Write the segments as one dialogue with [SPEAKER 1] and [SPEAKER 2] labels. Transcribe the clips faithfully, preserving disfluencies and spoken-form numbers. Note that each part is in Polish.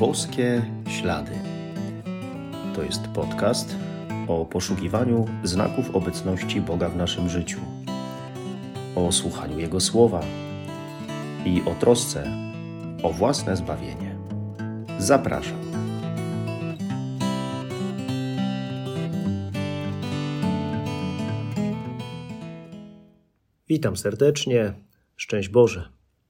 [SPEAKER 1] Boskie Ślady. To jest podcast o poszukiwaniu znaków obecności Boga w naszym życiu, o słuchaniu Jego słowa i o trosce o własne zbawienie. Zapraszam.
[SPEAKER 2] Witam serdecznie, szczęść Boże.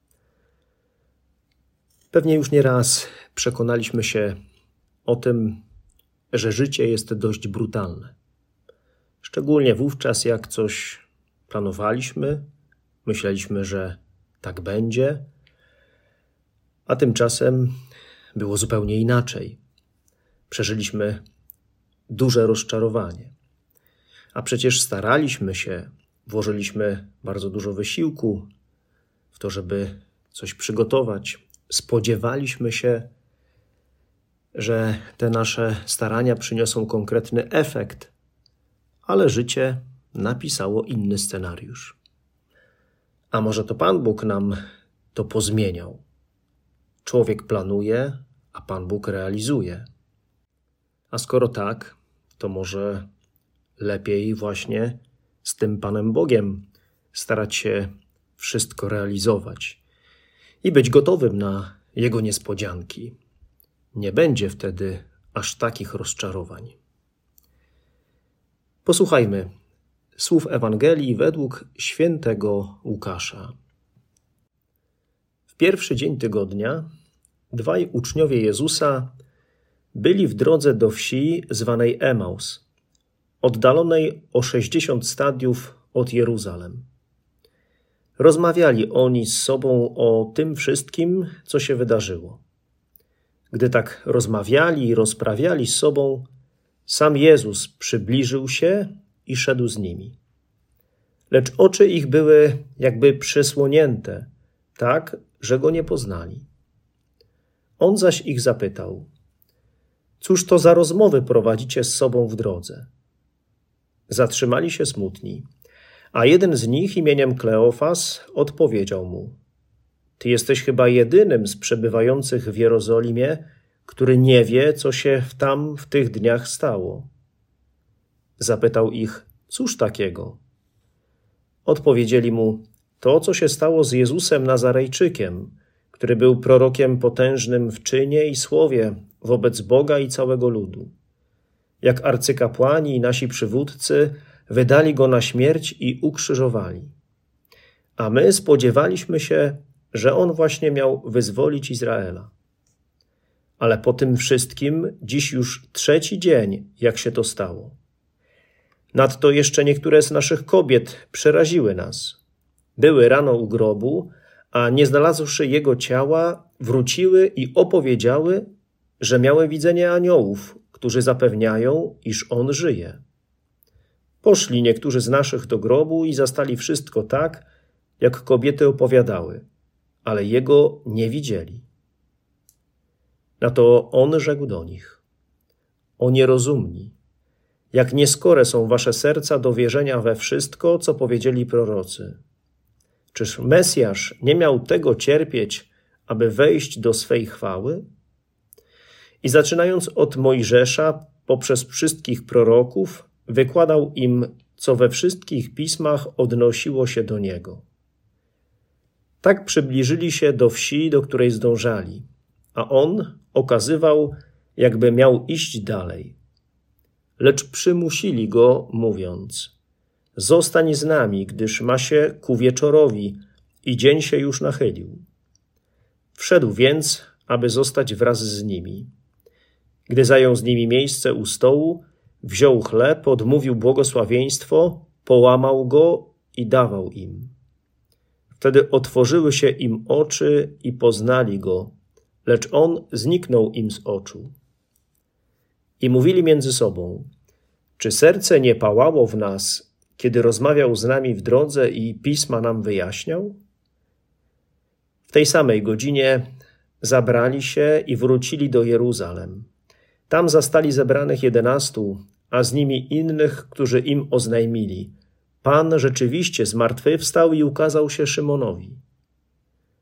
[SPEAKER 2] Pewnie już nie raz przekonaliśmy się o tym, że życie jest dość brutalne. Szczególnie wówczas, jak coś planowaliśmy, myśleliśmy, że tak będzie, a tymczasem było zupełnie inaczej. Przeżyliśmy duże rozczarowanie. A przecież staraliśmy się, włożyliśmy bardzo dużo wysiłku w to, żeby coś przygotować. Spodziewaliśmy się, że te nasze starania przyniosą konkretny efekt, ale życie napisało inny scenariusz. A może to Pan Bóg nam to pozmieniał? Człowiek planuje, a Pan Bóg realizuje. A skoro tak, to może lepiej właśnie z tym Panem Bogiem starać się wszystko realizować i być gotowym na Jego niespodzianki. Nie będzie wtedy aż takich rozczarowań. Posłuchajmy słów Ewangelii według świętego Łukasza. W pierwszy dzień tygodnia dwaj uczniowie Jezusa byli w drodze do wsi zwanej Emaus, oddalonej o sześćdziesiąt stadiów od Jeruzalem. Rozmawiali oni z sobą o tym wszystkim, co się wydarzyło. Gdy tak rozmawiali i rozprawiali z sobą, sam Jezus przybliżył się i szedł z nimi. Lecz oczy ich były jakby przysłonięte, tak, że go nie poznali. On zaś ich zapytał: cóż to za rozmowy prowadzicie z sobą w drodze? Zatrzymali się smutni, a jeden z nich imieniem Kleofas odpowiedział mu: Ty jesteś chyba jedynym z przebywających w Jerozolimie, który nie wie, co się tam w tych dniach stało. Zapytał ich: cóż takiego? Odpowiedzieli mu: to, co się stało z Jezusem Nazarejczykiem, który był prorokiem potężnym w czynie i słowie wobec Boga i całego ludu. Jak arcykapłani i nasi przywódcy wydali go na śmierć i ukrzyżowali. A my spodziewaliśmy się, że on właśnie miał wyzwolić Izraela. Ale po tym wszystkim dziś już trzeci dzień, jak się to stało. Nadto jeszcze niektóre z naszych kobiet przeraziły nas. Były rano u grobu, a nie znalazłszy jego ciała, wróciły i opowiedziały, że miały widzenie aniołów, którzy zapewniają, iż on żyje. Poszli niektórzy z naszych do grobu i zastali wszystko tak, jak kobiety opowiadały, ale jego nie widzieli. Na to on rzekł do nich: o nierozumni, jak nieskore są wasze serca do wierzenia we wszystko, co powiedzieli prorocy. Czyż Mesjasz nie miał tego cierpieć, aby wejść do swej chwały? I zaczynając od Mojżesza, poprzez wszystkich proroków, wykładał im, co we wszystkich pismach odnosiło się do niego. Tak przybliżyli się do wsi, do której zdążali, a on okazywał, jakby miał iść dalej. Lecz przymusili go, mówiąc: zostań z nami, gdyż ma się ku wieczorowi i dzień się już nachylił. Wszedł więc, aby zostać wraz z nimi. Gdy zajął z nimi miejsce u stołu, wziął chleb, odmówił błogosławieństwo, połamał go i dawał im. Wtedy otworzyły się im oczy i poznali go, lecz on zniknął im z oczu. I mówili między sobą: czy serce nie pałało w nas, kiedy rozmawiał z nami w drodze i pisma nam wyjaśniał? W tej samej godzinie zabrali się i wrócili do Jeruzalem. Tam zastali zebranych jedenastu, a z nimi innych, którzy im oznajmili: Pan rzeczywiście zmartwychwstał i ukazał się Szymonowi.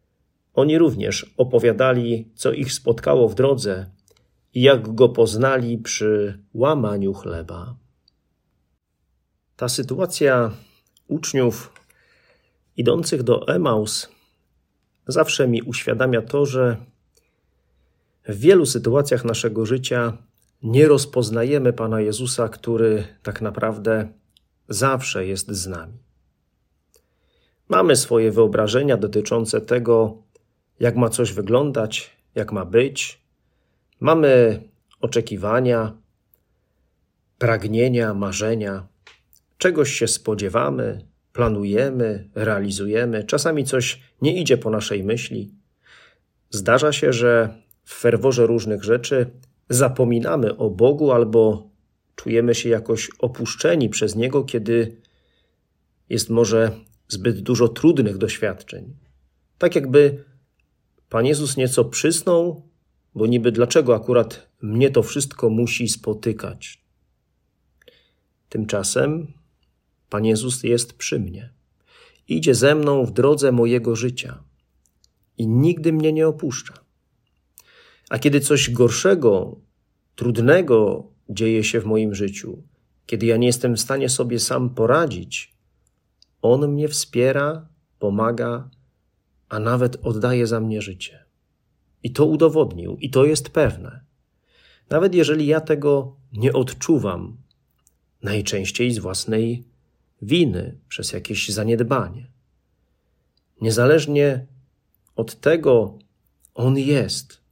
[SPEAKER 2] Oni również opowiadali, co ich spotkało w drodze i jak go poznali przy łamaniu chleba. Ta sytuacja uczniów idących do Emaus zawsze mi uświadamia to, że w wielu sytuacjach naszego życia nie rozpoznajemy Pana Jezusa, który tak naprawdę zawsze jest z nami. Mamy swoje wyobrażenia dotyczące tego, jak ma coś wyglądać, jak ma być. Mamy oczekiwania, pragnienia, marzenia. Czegoś się spodziewamy, planujemy, realizujemy. Czasami coś nie idzie po naszej myśli. Zdarza się, że w ferworze różnych rzeczy zapominamy o Bogu albo czujemy się jakoś opuszczeni przez Niego, kiedy jest może zbyt dużo trudnych doświadczeń. Tak jakby Pan Jezus nieco przysnął, bo niby dlaczego akurat mnie to wszystko musi spotykać. Tymczasem Pan Jezus jest przy mnie. Idzie ze mną w drodze mojego życia i nigdy mnie nie opuszcza. A kiedy coś gorszego, trudnego dzieje się w moim życiu, kiedy ja nie jestem w stanie sobie sam poradzić, On mnie wspiera, pomaga, a nawet oddaje za mnie życie. I to udowodnił, i to jest pewne. Nawet jeżeli ja tego nie odczuwam, najczęściej z własnej winy, przez jakieś zaniedbanie. Niezależnie od tego, On jest.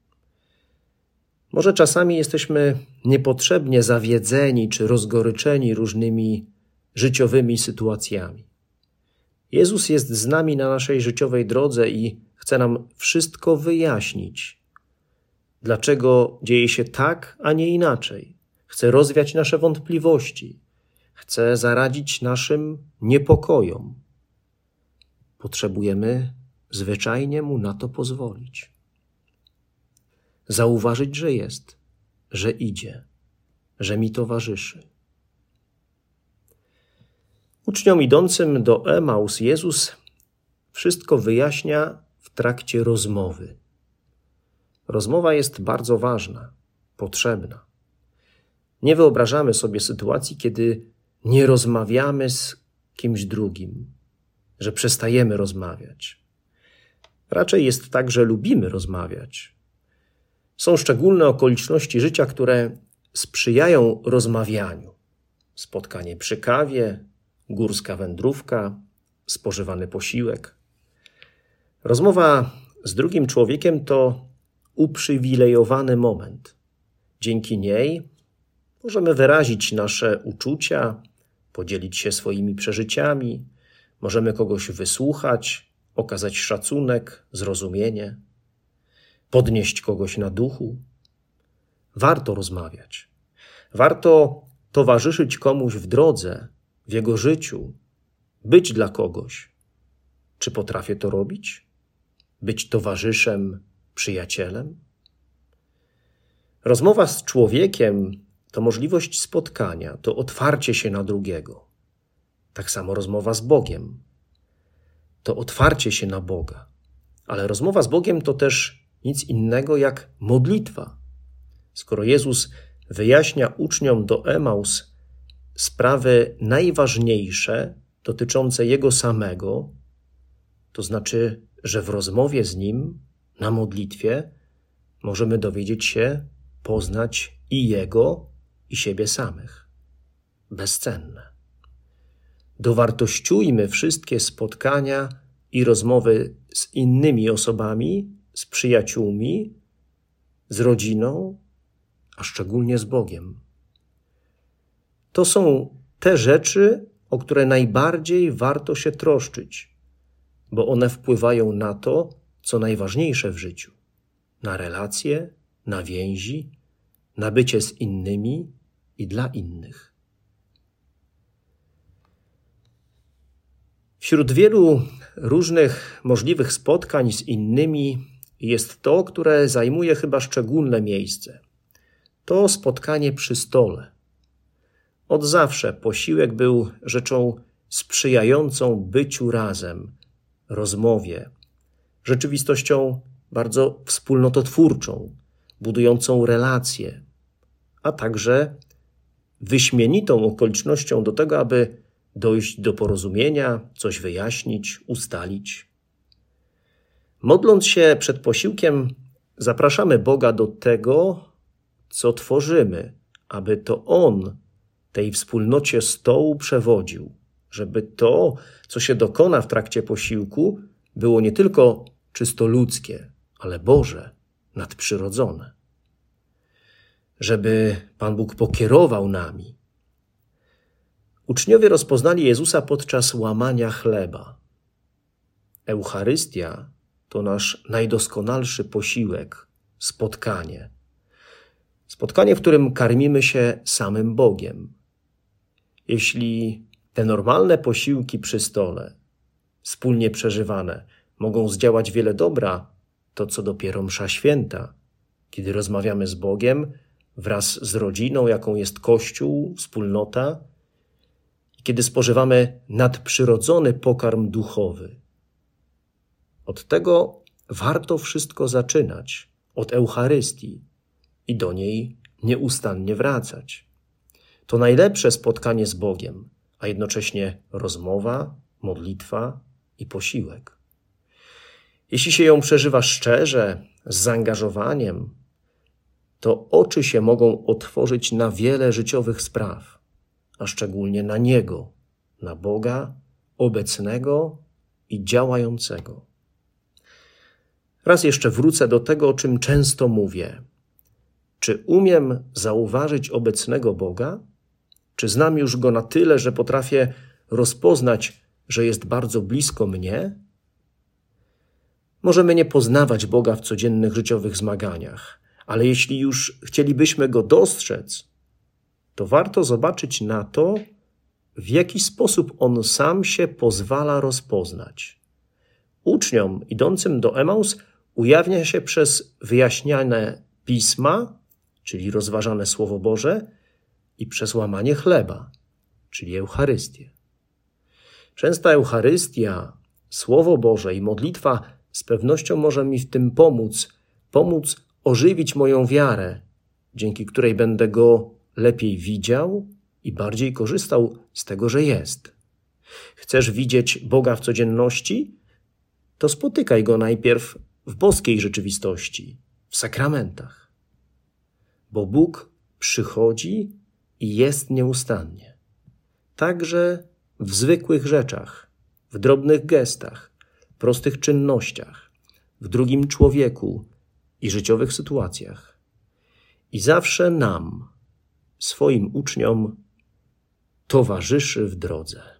[SPEAKER 2] Może czasami jesteśmy niepotrzebnie zawiedzeni czy rozgoryczeni różnymi życiowymi sytuacjami. Jezus jest z nami na naszej życiowej drodze i chce nam wszystko wyjaśnić. Dlaczego dzieje się tak, a nie inaczej? Chce rozwiać nasze wątpliwości. Chce zaradzić naszym niepokojom. Potrzebujemy zwyczajnie Mu na to pozwolić. Zauważyć, że jest, że idzie, że mi towarzyszy. Uczniom idącym do Emaus Jezus wszystko wyjaśnia w trakcie rozmowy. Rozmowa jest bardzo ważna, potrzebna. Nie wyobrażamy sobie sytuacji, kiedy nie rozmawiamy z kimś drugim, że przestajemy rozmawiać. Raczej jest tak, że lubimy rozmawiać. Są szczególne okoliczności życia, które sprzyjają rozmawianiu. Spotkanie przy kawie, górska wędrówka, spożywany posiłek. Rozmowa z drugim człowiekiem to uprzywilejowany moment. Dzięki niej możemy wyrazić nasze uczucia, podzielić się swoimi przeżyciami, możemy kogoś wysłuchać, okazać szacunek, zrozumienie, podnieść kogoś na duchu. Warto rozmawiać. Warto towarzyszyć komuś w drodze, w jego życiu, być dla kogoś. Czy potrafię to robić? Być towarzyszem, przyjacielem? Rozmowa z człowiekiem to możliwość spotkania, to otwarcie się na drugiego. Tak samo rozmowa z Bogiem. To otwarcie się na Boga. Ale rozmowa z Bogiem to też nic innego jak modlitwa. Skoro Jezus wyjaśnia uczniom do Emaus sprawy najważniejsze dotyczące Jego samego, to znaczy, że w rozmowie z Nim, na modlitwie, możemy dowiedzieć się, poznać i Jego, i siebie samych. Bezcenne. Dowartościujmy wszystkie spotkania i rozmowy z innymi osobami, z przyjaciółmi, z rodziną, a szczególnie z Bogiem. To są te rzeczy, o które najbardziej warto się troszczyć, bo one wpływają na to, co najważniejsze w życiu. Na relacje, na więzi, na bycie z innymi i dla innych. Wśród wielu różnych możliwych spotkań z innymi jest to, które zajmuje chyba szczególne miejsce. To spotkanie przy stole. Od zawsze posiłek był rzeczą sprzyjającą byciu razem, rozmowie, rzeczywistością bardzo wspólnototwórczą, budującą relacje, a także wyśmienitą okolicznością do tego, aby dojść do porozumienia, coś wyjaśnić, ustalić. Modląc się przed posiłkiem, zapraszamy Boga do tego, co tworzymy, aby to On tej wspólnocie stołu przewodził, żeby to, co się dokona w trakcie posiłku, było nie tylko czysto ludzkie, ale Boże, nadprzyrodzone. Żeby Pan Bóg pokierował nami. Uczniowie rozpoznali Jezusa podczas łamania chleba. Eucharystia to nasz najdoskonalszy posiłek, spotkanie. Spotkanie, w którym karmimy się samym Bogiem. Jeśli te normalne posiłki przy stole, wspólnie przeżywane, mogą zdziałać wiele dobra, to co dopiero msza święta, kiedy rozmawiamy z Bogiem wraz z rodziną, jaką jest Kościół, wspólnota, i kiedy spożywamy nadprzyrodzony pokarm duchowy. Od tego warto wszystko zaczynać, od Eucharystii i do niej nieustannie wracać. To najlepsze spotkanie z Bogiem, a jednocześnie rozmowa, modlitwa i posiłek. Jeśli się ją przeżywa szczerze, z zaangażowaniem, to oczy się mogą otworzyć na wiele życiowych spraw, a szczególnie na Niego, na Boga obecnego i działającego. Raz jeszcze wrócę do tego, o czym często mówię. Czy umiem zauważyć obecnego Boga? Czy znam już Go na tyle, że potrafię rozpoznać, że jest bardzo blisko mnie? Możemy nie poznawać Boga w codziennych życiowych zmaganiach, ale jeśli już chcielibyśmy Go dostrzec, to warto zobaczyć na to, w jaki sposób On sam się pozwala rozpoznać. Uczniom idącym do Emaus ujawnia się przez wyjaśniane Pisma, czyli rozważane Słowo Boże, i przez łamanie chleba, czyli Eucharystię. Częsta Eucharystia, Słowo Boże i modlitwa z pewnością może mi w tym pomóc, pomóc ożywić moją wiarę, dzięki której będę Go lepiej widział i bardziej korzystał z tego, że jest. Chcesz widzieć Boga w codzienności? To spotykaj Go najpierw w boskiej rzeczywistości, w sakramentach. Bo Bóg przychodzi i jest nieustannie. Także w zwykłych rzeczach, w drobnych gestach, prostych czynnościach, w drugim człowieku i życiowych sytuacjach. I zawsze nam, swoim uczniom, towarzyszy w drodze.